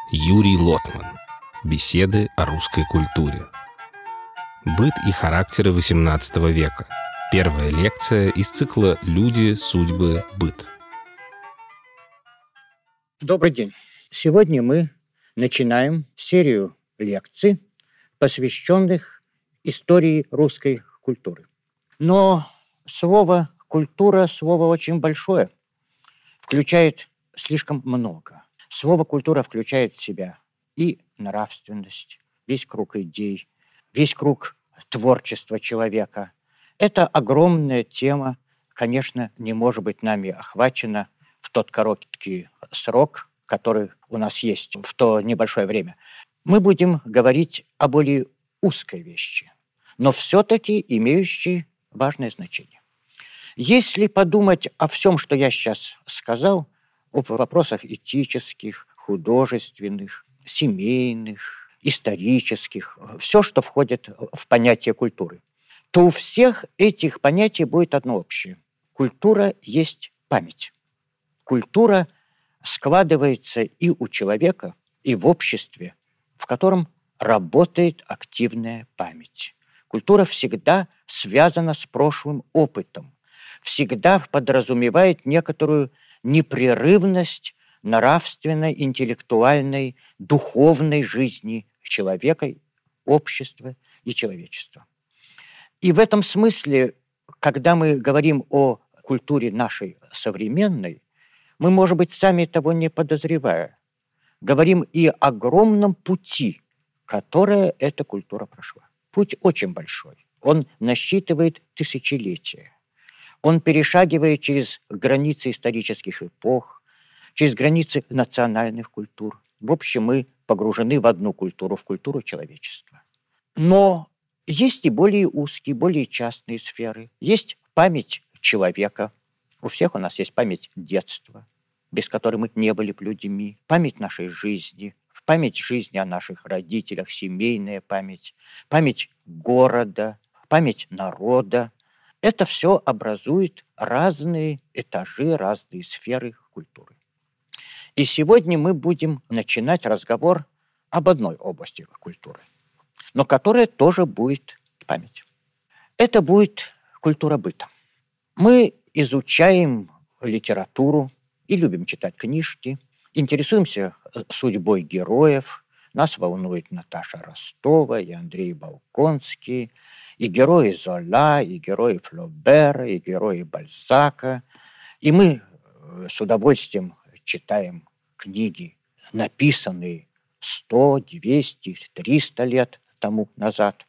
Юрий Лотман. Беседы о русской культуре. Быт и характеры XVIII века. Первая лекция из цикла «Люди, судьбы, быт». Добрый день. Сегодня мы начинаем серию лекций, посвященных истории русской культуры. Но слово «культура» – слово очень большое, включает слишком много. Слово «культура» включает в себя и нравственность, весь круг идей, весь круг творчества человека. Это огромная тема, конечно, не может быть нами охвачена в тот короткий срок, который у нас есть, в то небольшое время. Мы будем говорить о более узкой вещи, но все-таки имеющей важное значение. Если подумать о всем, что я сейчас сказал, о вопросах этических, художественных, семейных, исторических, все, что входит в понятие культуры, то у всех этих понятий будет одно общее. Культура есть память. Культура складывается и у человека, и в обществе, в котором работает активная память. Культура всегда связана с прошлым опытом, всегда подразумевает некоторую непрерывность нравственной, интеллектуальной, духовной жизни человека, общества и человечества. И в этом смысле, когда мы говорим о культуре нашей современной, мы, может быть, сами того не подозревая, говорим и о огромном пути, который эта культура прошла. Путь очень большой. Он насчитывает тысячелетия. Он перешагивает через границы исторических эпох, через границы национальных культур. В общем, мы погружены в одну культуру, в культуру человечества. Но есть и более узкие, более частные сферы. Есть память человека. У всех у нас есть память детства, без которой мы не были бы людьми. Память нашей жизни, память жизни о наших родителях, семейная память, память города, память народа. Это все образует разные этажи, разные сферы культуры. И сегодня мы будем начинать разговор об одной области культуры, но которая тоже будет память. Это будет культура быта. Мы изучаем литературу и любим читать книжки, интересуемся судьбой героев. Нас волнует Наташа Ростова и Андрей Болконский, и герои Зола, и герои Флобера, и герои Бальзака. И мы с удовольствием читаем книги, написанные 100, 200, 300 лет тому назад.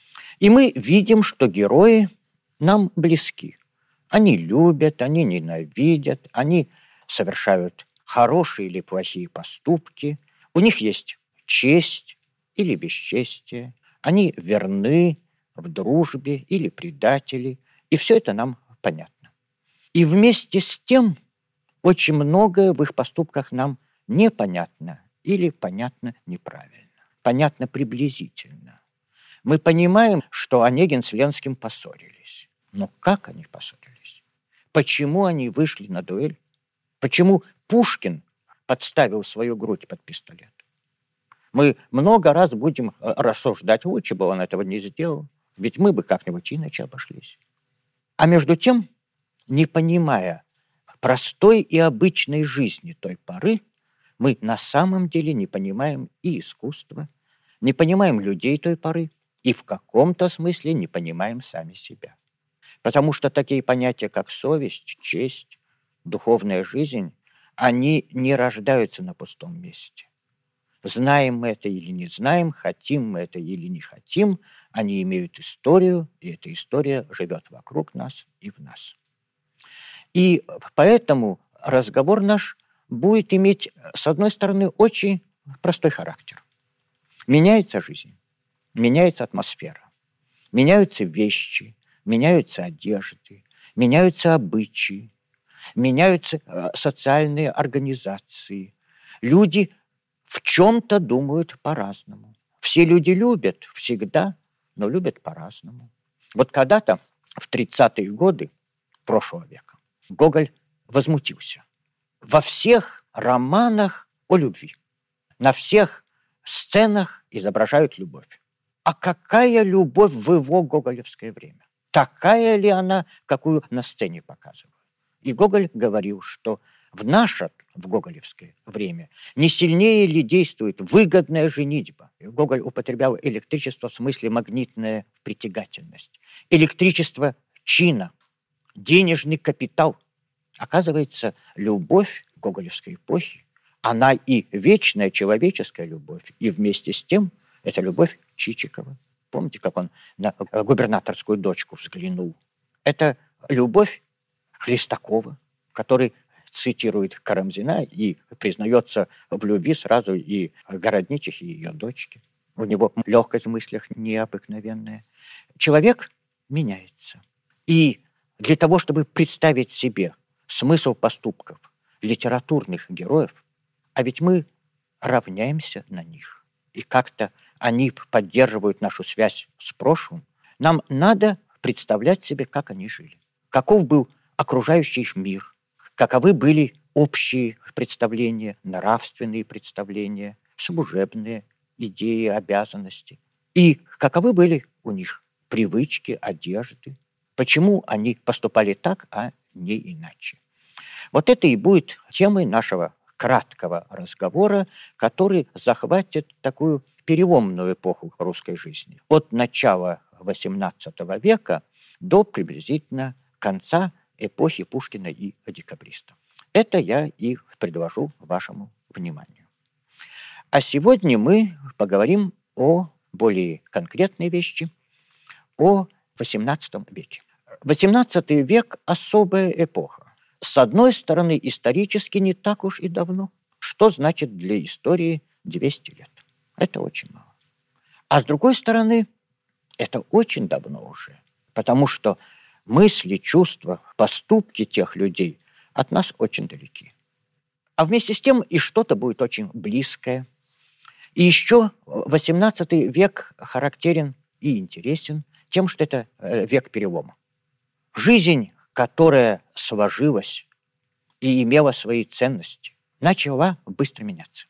И мы видим, что герои нам близки. Они любят, они ненавидят, они совершают хорошие или плохие поступки. У них есть честь или бесчестие. Они верны в дружбе или предатели. И все это нам понятно. И вместе с тем очень многое в их поступках нам непонятно или понятно неправильно. Понятно приблизительно. Мы понимаем, что Онегин с Ленским поссорились. Но как они поссорились? Почему они вышли на дуэль? Почему Пушкин подставил свою грудь под пистолет? Мы много раз будем рассуждать, лучше бы он этого не сделал, ведь мы бы как-нибудь иначе обошлись. А между тем, не понимая простой и обычной жизни той поры, мы на самом деле не понимаем и искусства, не понимаем людей той поры, и в каком-то смысле не понимаем сами себя. Потому что такие понятия, как совесть, честь, духовная жизнь, они не рождаются на пустом месте. Знаем мы это или не знаем, хотим мы это или не хотим, они имеют историю, и эта история живет вокруг нас и в нас. И поэтому разговор наш будет иметь, с одной стороны, очень простой характер. Меняется жизнь, меняется атмосфера, меняются вещи, меняются одежды, меняются обычаи, меняются социальные организации. Люди в чем-то думают по-разному. Все люди любят всегда, но любят по-разному. Вот когда-то, в 30-е годы прошлого века, Гоголь возмутился. Во всех романах о любви На всех сценах изображают любовь. А какая любовь в его гоголевское время? Такая ли она, какую на сцене показывают? И Гоголь говорил, что в наше, в гоголевское время, не сильнее ли действует выгодная женитьба? И Гоголь употреблял электричество в смысле магнитная притягательность. Электричество чина, денежный капитал. Оказывается, любовь гоголевской эпохи, она и вечная человеческая любовь, и вместе с тем это любовь Чичикова. Помните, как он на губернаторскую дочку взглянул? Это любовь Хлестакова, который цитирует Карамзина и признается в любви сразу и Городничихе, и ее дочке. У него легкость в мыслях необыкновенная. Человек меняется. И для того, чтобы представить себе смысл поступков литературных героев, а ведь мы равняемся на них, и как-то они поддерживают нашу связь с прошлым, нам надо представлять себе, как они жили. Каков был окружающий их мир, каковы были общие представления, нравственные представления, служебные идеи, обязанности. И каковы были у них привычки, одежды, почему они поступали так, а не иначе. Вот это и будет темой нашего краткого разговора, который захватит такую переломную эпоху русской жизни. От начала XVIII века до приблизительно конца эпохи Пушкина и декабристов. Это я и предложу вашему вниманию. А сегодня мы поговорим о более конкретной вещи, о XVIII веке. XVIII век – особая эпоха. С одной стороны, исторически не так уж и давно. Что значит для истории 200 лет? Это очень мало. А с другой стороны, это очень давно уже, потому что мысли, чувства, поступки тех людей от нас очень далеки. А вместе с тем и что-то будет очень близкое. И еще XVIII век характерен и интересен тем, что это век перелома. Жизнь, которая сложилась и имела свои ценности, начала быстро меняться.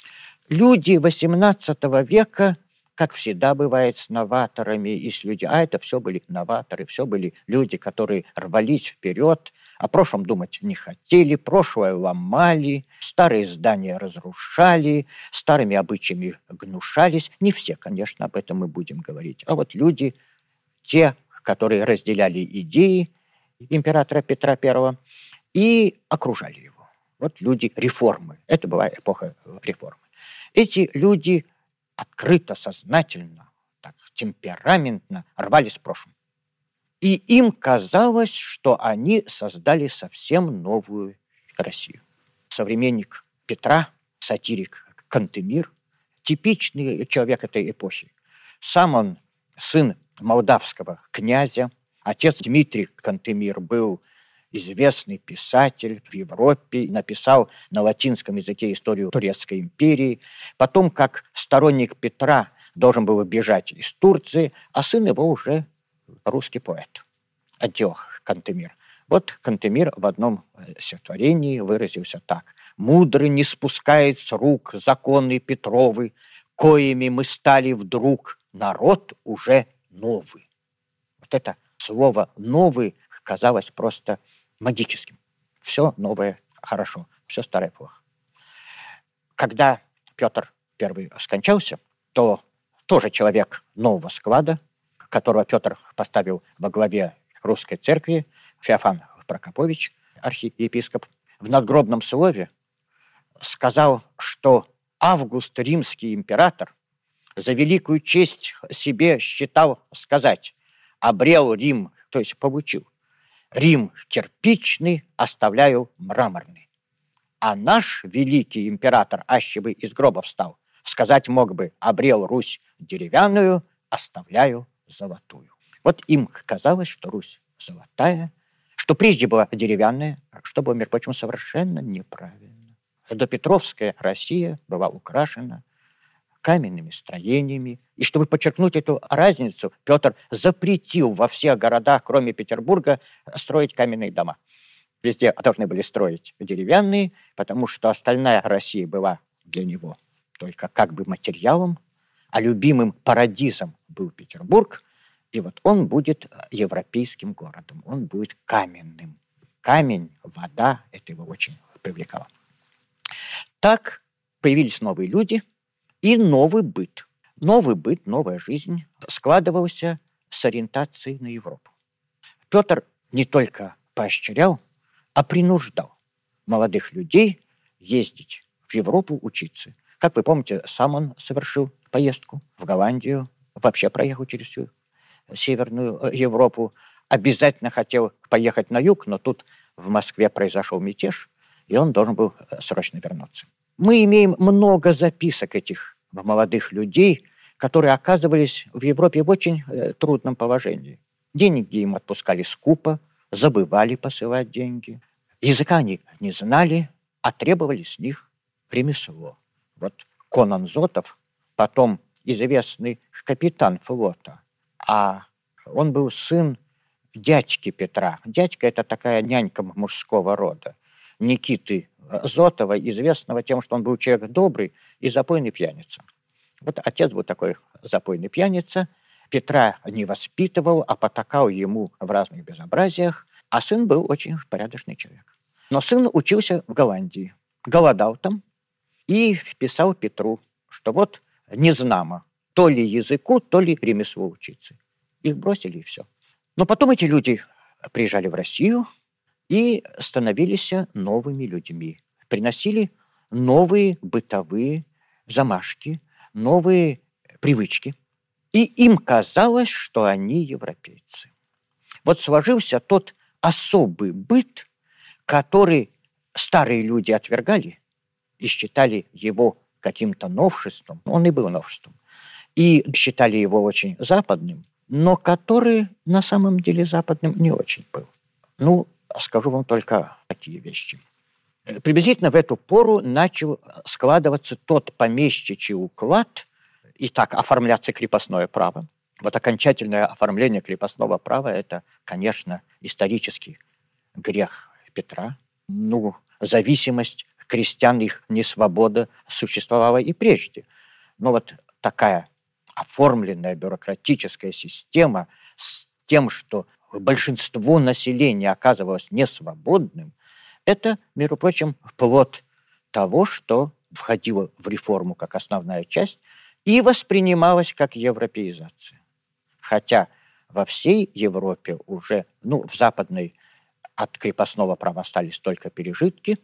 Люди XVIII века, как всегда бывает с новаторами и с людьми, а это все были новаторы, все были люди, которые рвались вперед, о прошлом думать не хотели, прошлое ломали, старые здания разрушали, старыми обычаями гнушались. Не все, конечно, об этом мы будем говорить, а вот люди, те, которые разделяли идеи императора Петра I и окружали его. Вот люди реформы. Это была эпоха реформы. Эти люди открыто, сознательно, так, темпераментно рвались с прошлым. И им казалось, что они создали совсем новую Россию. Современник Петра, сатирик Кантемир, типичный человек этой эпохи. Сам он сын молдавского князя. Отец Дмитрий Кантемир был известный писатель в Европе, написал на латинском языке историю Турецкой империи. Потом, как сторонник Петра, должен был бежать из Турции, а сын его уже русский поэт, Антиох Кантемир. Вот Кантемир в одном стихотворении выразился так: «Мудрый не спускает с рук законы Петровы, коими мы стали вдруг народ уже новый». Вот это слово «новый» казалось просто магическим. Все новое хорошо, все старое плохо. Когда Петр I скончался, то тоже человек нового склада, которого Петр поставил во главе русской церкви, Феофан Прокопович, архиепископ, в надгробном слове сказал, что Август, римский император, за великую честь себе считал сказать: «Обрел Рим», то есть получил, «Рим кирпичный, оставляю мраморный». А наш великий император, аще бы из гроба встал, сказать мог бы: «Обрел Русь деревянную, оставляю золотую». Вот им казалось, что Русь золотая, что прежде была деревянная, что было, между прочим, совершенно неправильно. Допетровская Россия была украшена каменными строениями. И чтобы подчеркнуть эту разницу, Петр запретил во всех городах, кроме Петербурга, строить каменные дома. Везде должны были строить деревянные, потому что остальная Россия была для него только как бы материалом, а любимым парадизом был Петербург, и вот он будет европейским городом, он будет каменным. Камень, вода, это его очень привлекало. Так появились новые люди и новый быт. Новый быт, новая жизнь складывался с ориентацией на Европу. Петр не только поощрял, а принуждал молодых людей ездить в Европу учиться. Как вы помните, сам он совершил поездку в Голландию, вообще проехал через всю Северную Европу. Обязательно хотел поехать на юг, но тут в Москве произошел мятеж, и он должен был срочно вернуться. Мы имеем много записок этих молодых людей, которые оказывались в Европе в очень трудном положении. Деньги им отпускали скупо, забывали посылать деньги. Языка они не знали, а требовали с них ремесло. Вот Конан Зотов, потом известный капитан флота, а он был сын дядьки Петра. Дядька – это такая нянька мужского рода. Никиты Зотова, известного тем, что он был человек добрый и запойный пьяница. Вот отец был такой запойный пьяница, Петра не воспитывал, а потакал ему в разных безобразиях, а сын был очень порядочный человек. Но сын учился в Голландии, голодал там и писал Петру, что вот незнамо, то ли языку, то ли ремеслу учиться. Их бросили, и все. Но потом эти люди приезжали в Россию и становились новыми людьми, приносили новые бытовые замашки, новые привычки. И им казалось, что они европейцы. Вот сложился тот особый быт, который старые люди отвергали и считали его каким-то новшеством. Он и был новшеством. И считали его очень западным, но который на самом деле западным не очень был. Ну, скажу вам только такие вещи. Приблизительно в эту пору начал складываться тот помещичий уклад, и так оформляться крепостное право. Вот окончательное оформление крепостного права – это, конечно, исторический грех Петра. Ну, зависимость крестьян, их несвобода существовала и прежде. Но вот такая оформленная бюрократическая система с тем, что большинство населения оказывалось несвободным, это, между прочим, плод того, что входило в реформу как основная часть и воспринималось как европеизация. Хотя во всей Европе уже, в западной от крепостного права остались только пережитки,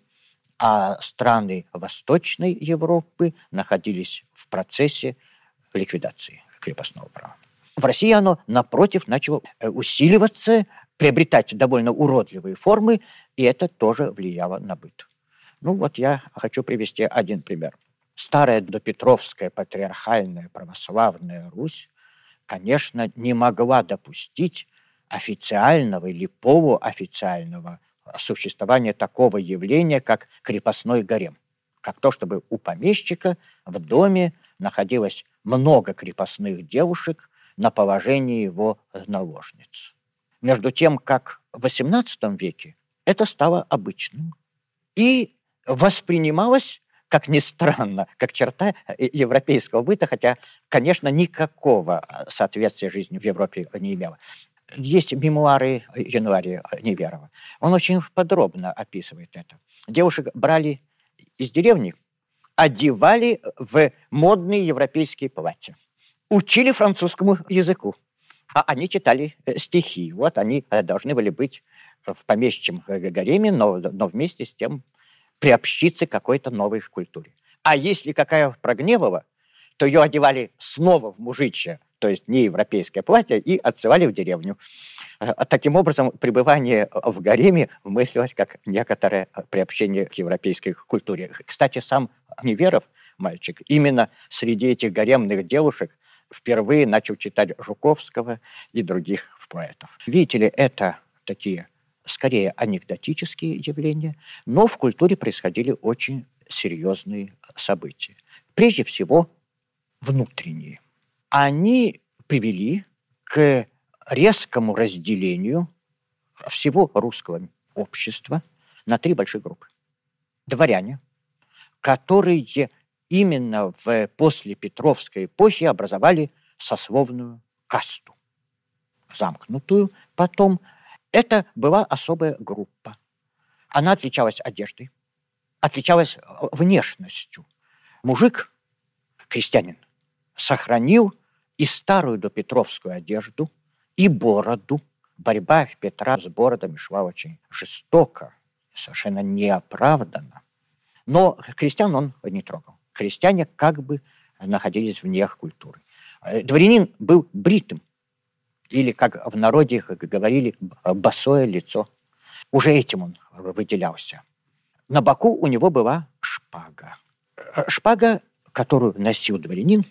а страны Восточной Европы находились в процессе ликвидации крепостного права. В России оно, напротив, начало усиливаться, приобретать довольно уродливые формы, и это тоже влияло на быт. Вот я хочу привести один пример. Старая допетровская патриархальная православная Русь, конечно, не могла допустить официального или полуофициального существования такого явления, как крепостной гарем. Как то, чтобы у помещика в доме находилось много крепостных девушек на положении его наложниц. Между тем, как в XVIII веке это стало обычным и воспринималось, как ни странно, как черта европейского быта, хотя, конечно, никакого соответствия жизни в Европе не имело. Есть мемуары Януария Неверова. Он очень подробно описывает это. Девушек брали из деревни, одевали в модные европейские платья, учили французскому языку, а они читали стихи. Вот они должны были быть в помещичьем гареме, но вместе с тем приобщиться к какой-то новой культуре. А если какая прогневала, то ее одевали снова в мужичье, то есть не европейское платье, и отсылали в деревню. Таким образом, пребывание в гареме мыслилось как некоторое приобщение к европейской культуре. Кстати, сам Неверов, мальчик, именно среди этих гаремных девушек впервые начал читать Жуковского и других поэтов. Видите ли, это такие, скорее, анекдотические явления, но в культуре происходили очень серьезные события. Прежде всего, внутренние. Они привели к резкому разделению всего русского общества на три большие группы. Дворяне, которые именно в послепетровской эпохе образовали сословную касту, замкнутую потом. Это была особая группа. Она отличалась одеждой, отличалась внешностью. Мужик, крестьянин, сохранил и старую допетровскую одежду, и бороду. Борьба Петра с бородами шла очень жестоко, совершенно неоправданно. Но крестьян он не трогал. Крестьяне как бы находились вне культуры. Дворянин был бритым, или, как в народе говорили, босое лицо. Уже этим он выделялся. На боку у него была шпага. Шпага, которую носил дворянин,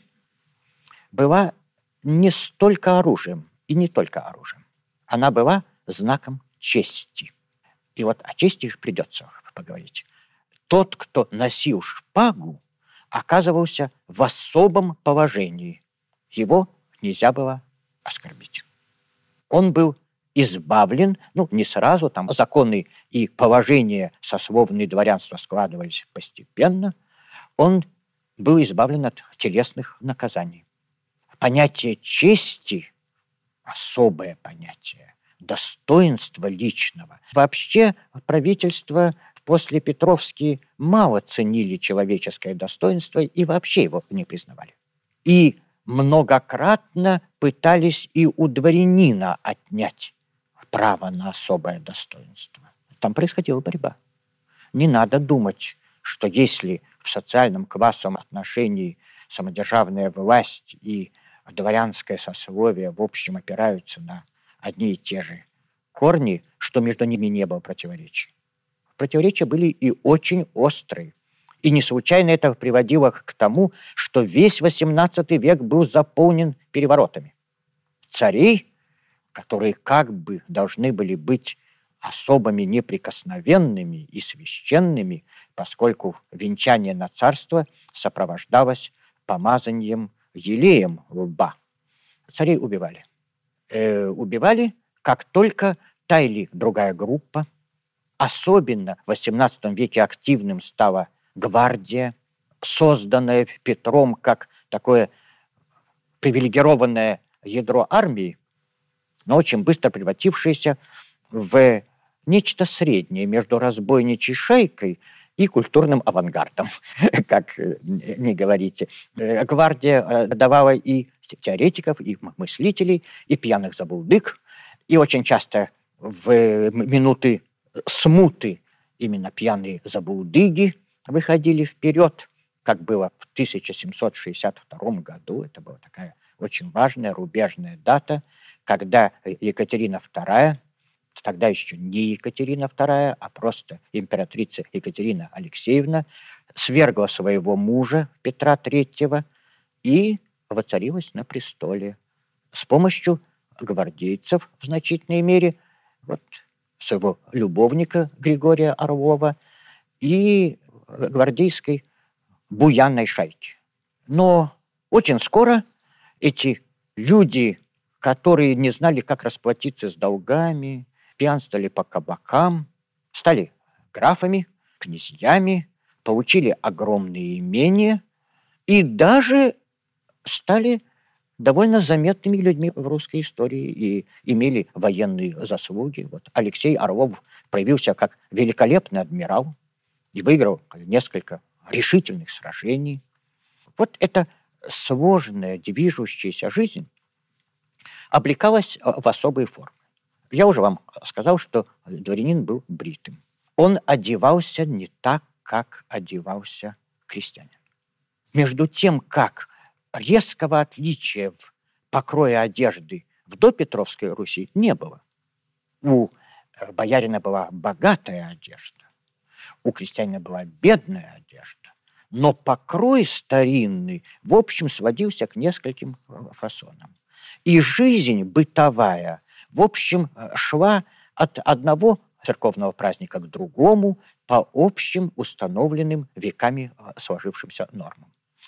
была не столько оружием, и не только оружием. Она была знаком чести. И вот о чести придется поговорить. Тот, кто носил шпагу, оказывался в особом положении. Его нельзя было оскорбить. Он был избавлен, не сразу, там законы и положение сословные дворянства складывались постепенно, он был избавлен от телесных наказаний. Понятие чести, особое понятие, достоинства личного. Вообще правительство после Петровские мало ценили человеческое достоинство и вообще его не признавали. И многократно пытались и у дворянина отнять право на особое достоинство. Там происходила борьба. Не надо думать, что если в социальном классовом отношении самодержавная власть и дворянское сословие в общем опираются на одни и те же корни, что между ними не было противоречий. Противоречия были и очень острые. И не случайно это приводило к тому, что весь XVIII век был заполнен переворотами. Царей, которые как бы должны были быть особыми неприкосновенными и священными, поскольку венчание на царство сопровождалось помазанием елеем в лба. Царей убивали. Убивали, как только та или другая группа. Особенно в XVIII веке активным стала гвардия, созданная Петром как такое привилегированное ядро армии, но очень быстро превратившееся в нечто среднее между разбойничьей шайкой и культурным авангардом, как не говорите. Гвардия давала и теоретиков, и мыслителей, и пьяных забулдык, и очень часто в минуты смуты именно пьяные забулдыги выходили вперед, как было в 1762 году. Это была такая очень важная рубежная дата, когда Екатерина II, тогда еще не Екатерина II, а просто императрица Екатерина Алексеевна, свергла своего мужа Петра III и воцарилась на престоле с помощью гвардейцев в значительной мере, своего любовника Григория Орлова и гвардейской буянной шайки. Но очень скоро эти люди, которые не знали, как расплатиться с долгами, пьянствовали по кабакам, стали графами, князьями, получили огромные имения и даже стали довольно заметными людьми в русской истории и имели военные заслуги. Алексей Орлов проявился как великолепный адмирал и выиграл несколько решительных сражений. Эта сложная, движущаяся жизнь облекалась в особые формы. Я уже вам сказал, что дворянин был бритым. Он одевался не так, как одевался крестьянин. Между тем, как резкого отличия в покрое одежды в допетровской Руси не было. У боярина была богатая одежда, у крестьянина была бедная одежда, но покрой старинный, в общем, сводился к нескольким фасонам. И жизнь бытовая, в общем, шла от одного церковного праздника к другому по общим установленным веками сложившимся нормам.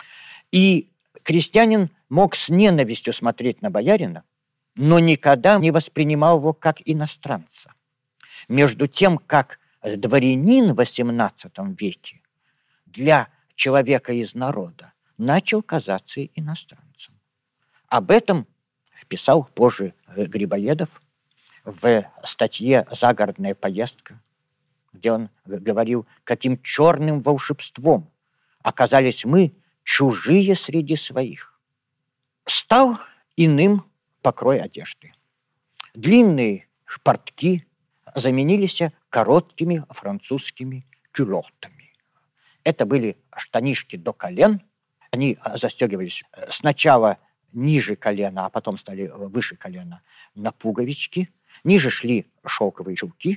И крестьянин мог с ненавистью смотреть на боярина, но никогда не воспринимал его как иностранца. Между тем, как дворянин в XVIII веке для человека из народа начал казаться иностранцем. Об этом писал позже Грибоедов в статье «Загородная поездка», где он говорил, каким черным волшебством оказались мы, чужие среди своих. Стал иным покрой одежды. Длинные портки заменились короткими французскими кюлотами. Это были штанишки до колен. Они застегивались сначала ниже колена, а потом стали выше колена на пуговички. Ниже шли шелковые чулки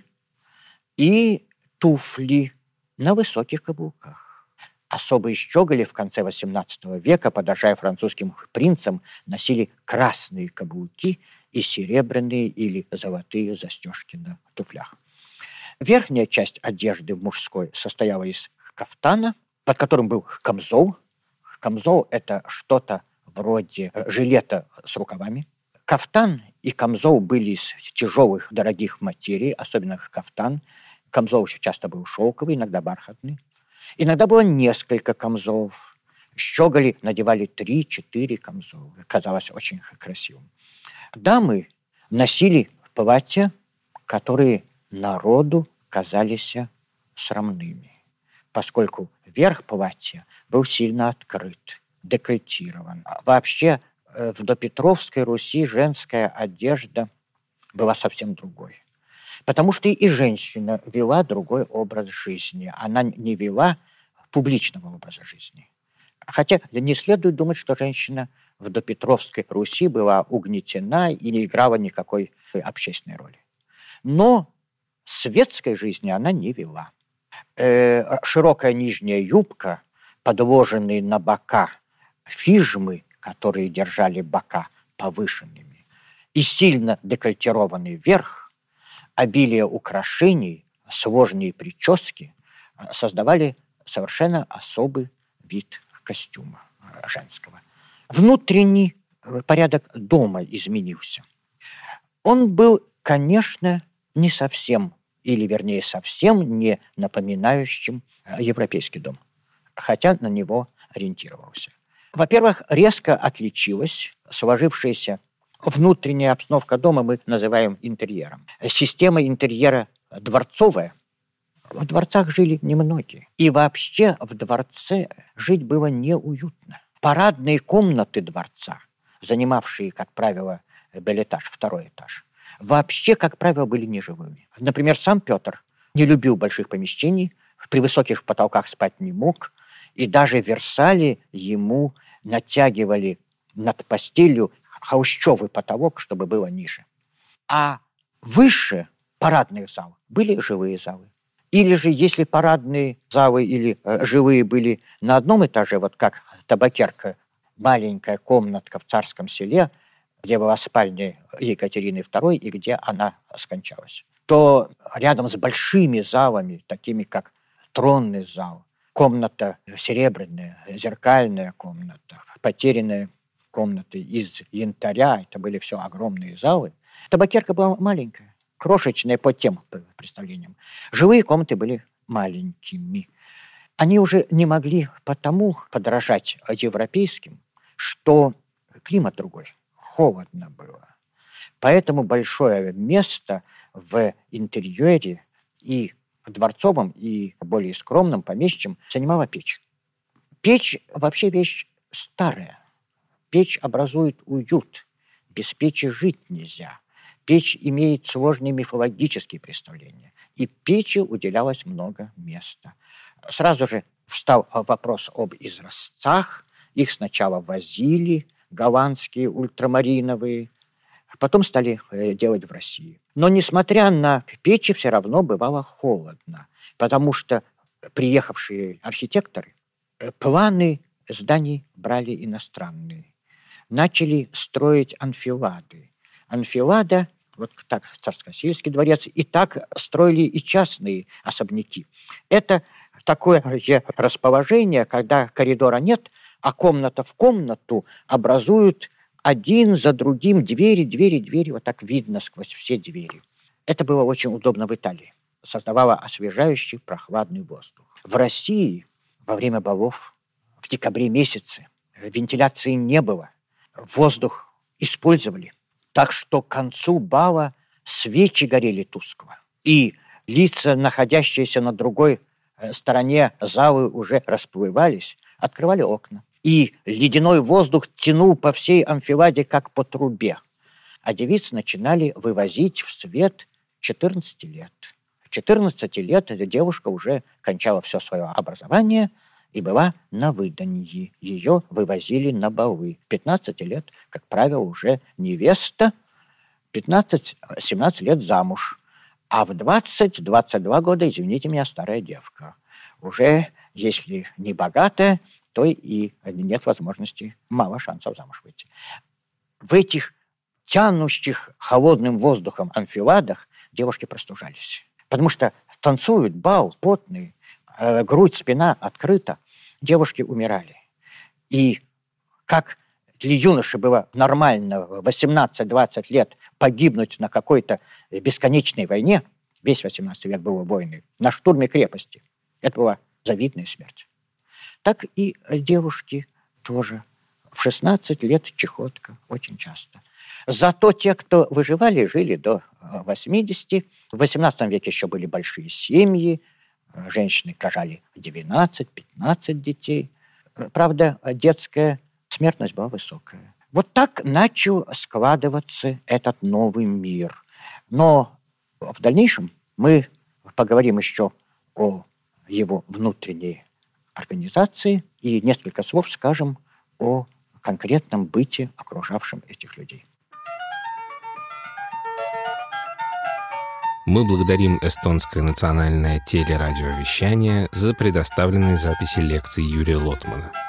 и туфли на высоких каблуках. Особые щеголи в конце XVIII века, подражая французским принцам, носили красные каблуки и серебряные или золотые застежки на туфлях. Верхняя часть одежды мужской состояла из кафтана, под которым был камзол. Камзол – это что-то вроде жилета с рукавами. Кафтан и камзол были из тяжелых, дорогих материй, особенно кафтан. Камзол часто был шелковый, иногда бархатный. Иногда было несколько камзолов. Щеголи надевали 3-4 камзола. Казалось очень красивым. Дамы носили платья, которые народу казались срамными, поскольку верх платья был сильно открыт, декольтирован. Вообще в допетровской Руси женская одежда была совсем другой. Потому что и женщина вела другой образ жизни. Она не вела публичного образа жизни. Хотя не следует думать, что женщина в допетровской Руси была угнетена и не играла никакой общественной роли. Но светской жизни она не вела. Широкая нижняя юбка, подложенные на бока фижмы, которые держали бока повышенными, и сильно декольтированный верх, обилие украшений, сложные прически создавали совершенно особый вид костюма женского. Внутренний порядок дома изменился. Он был, конечно, не совсем, или вернее совсем не напоминающим европейский дом, хотя на него ориентировался. Во-первых, резко отличилась сложившаяся внутренняя обстановка дома, мы называем интерьером. Система интерьера дворцовая. В дворцах жили немногие. И вообще в дворце жить было неуютно. Парадные комнаты дворца, занимавшие, как правило, белэтаж, второй этаж, вообще, как правило, были неживыми. Например, сам Петр не любил больших помещений, при высоких потолках спать не мог, и даже в Версале ему натягивали над постелью холщовый потолок, чтобы было ниже. А выше парадных зал были жилые залы. Или же, если парадные залы или жилые были на одном этаже, вот как табакерка, маленькая комнатка в Царском Селе, где была спальня Екатерины II и где она скончалась, то рядом с большими залами, такими как тронный зал, комната серебряная, зеркальная комната, потерянная комната из янтаря, это были все огромные залы, табакерка была маленькая, крошечная по тем представлениям. Жилые комнаты были маленькими. Они уже не могли потому подражать европейским, что климат другой, холодно было. Поэтому большое место в интерьере и дворцовом, и более скромном, помещичьем занимала печь. Печь вообще вещь старая. Печь образует уют. Без печи жить нельзя. Печь имеет сложные мифологические представления. И печи уделялось много места. Сразу же встал вопрос об изразцах. Их сначала возили, голландские, ультрамариновые, потом стали делать в России. Но, несмотря на печи, все равно бывало холодно, потому что приехавшие архитекторы планы зданий брали иностранные. Начали строить анфилады. Анфилада, вот так Царскосельский дворец, и так строили и частные особняки. Это такое расположение, когда коридора нет, а комната в комнату образуют один за другим двери, вот так видно сквозь все двери. Это было очень удобно в Италии. Создавало освежающий прохладный воздух. В России во время балов, в декабре месяце, вентиляции не было, воздух использовали. Так что к концу бала свечи горели тускло. И лица, находящиеся на другой стороне залы, уже расплывались, открывали окна. И ледяной воздух тянул по всей амфиладе, как по трубе. А девиц начинали вывозить в свет 14 лет. 14 лет эта девушка уже кончала все свое образование и была на выданье. Ее вывозили на балы. 15 лет, как правило, уже невеста, 15-17 лет замуж. А в 20-22 года, извините меня, старая девка. Уже, если не богатая, то и нет возможности, мало шансов замуж выйти. В этих тянущих холодным воздухом амфиладах девушки простужались. Потому что танцуют, бал потный, грудь, спина открыта. Девушки умирали. И как для юноши было нормально в 18-20 лет погибнуть на какой-то бесконечной войне, весь 18 век было войны, на штурме крепости, это была завидная смерть. Так и девушки тоже. В 16 лет чехотка очень часто. Зато те, кто выживали, жили до 80. В 18 веке еще были большие семьи. Женщины рожали 12-15 детей. Правда, детская смертность была высокая. Вот так начал складываться этот новый мир. Но в дальнейшем мы поговорим еще о его внутренней организации и несколько слов скажем о конкретном быте, окружавшем этих людей. Мы благодарим Эстонское национальное телерадиовещание за предоставленные записи лекций Юрия Лотмана.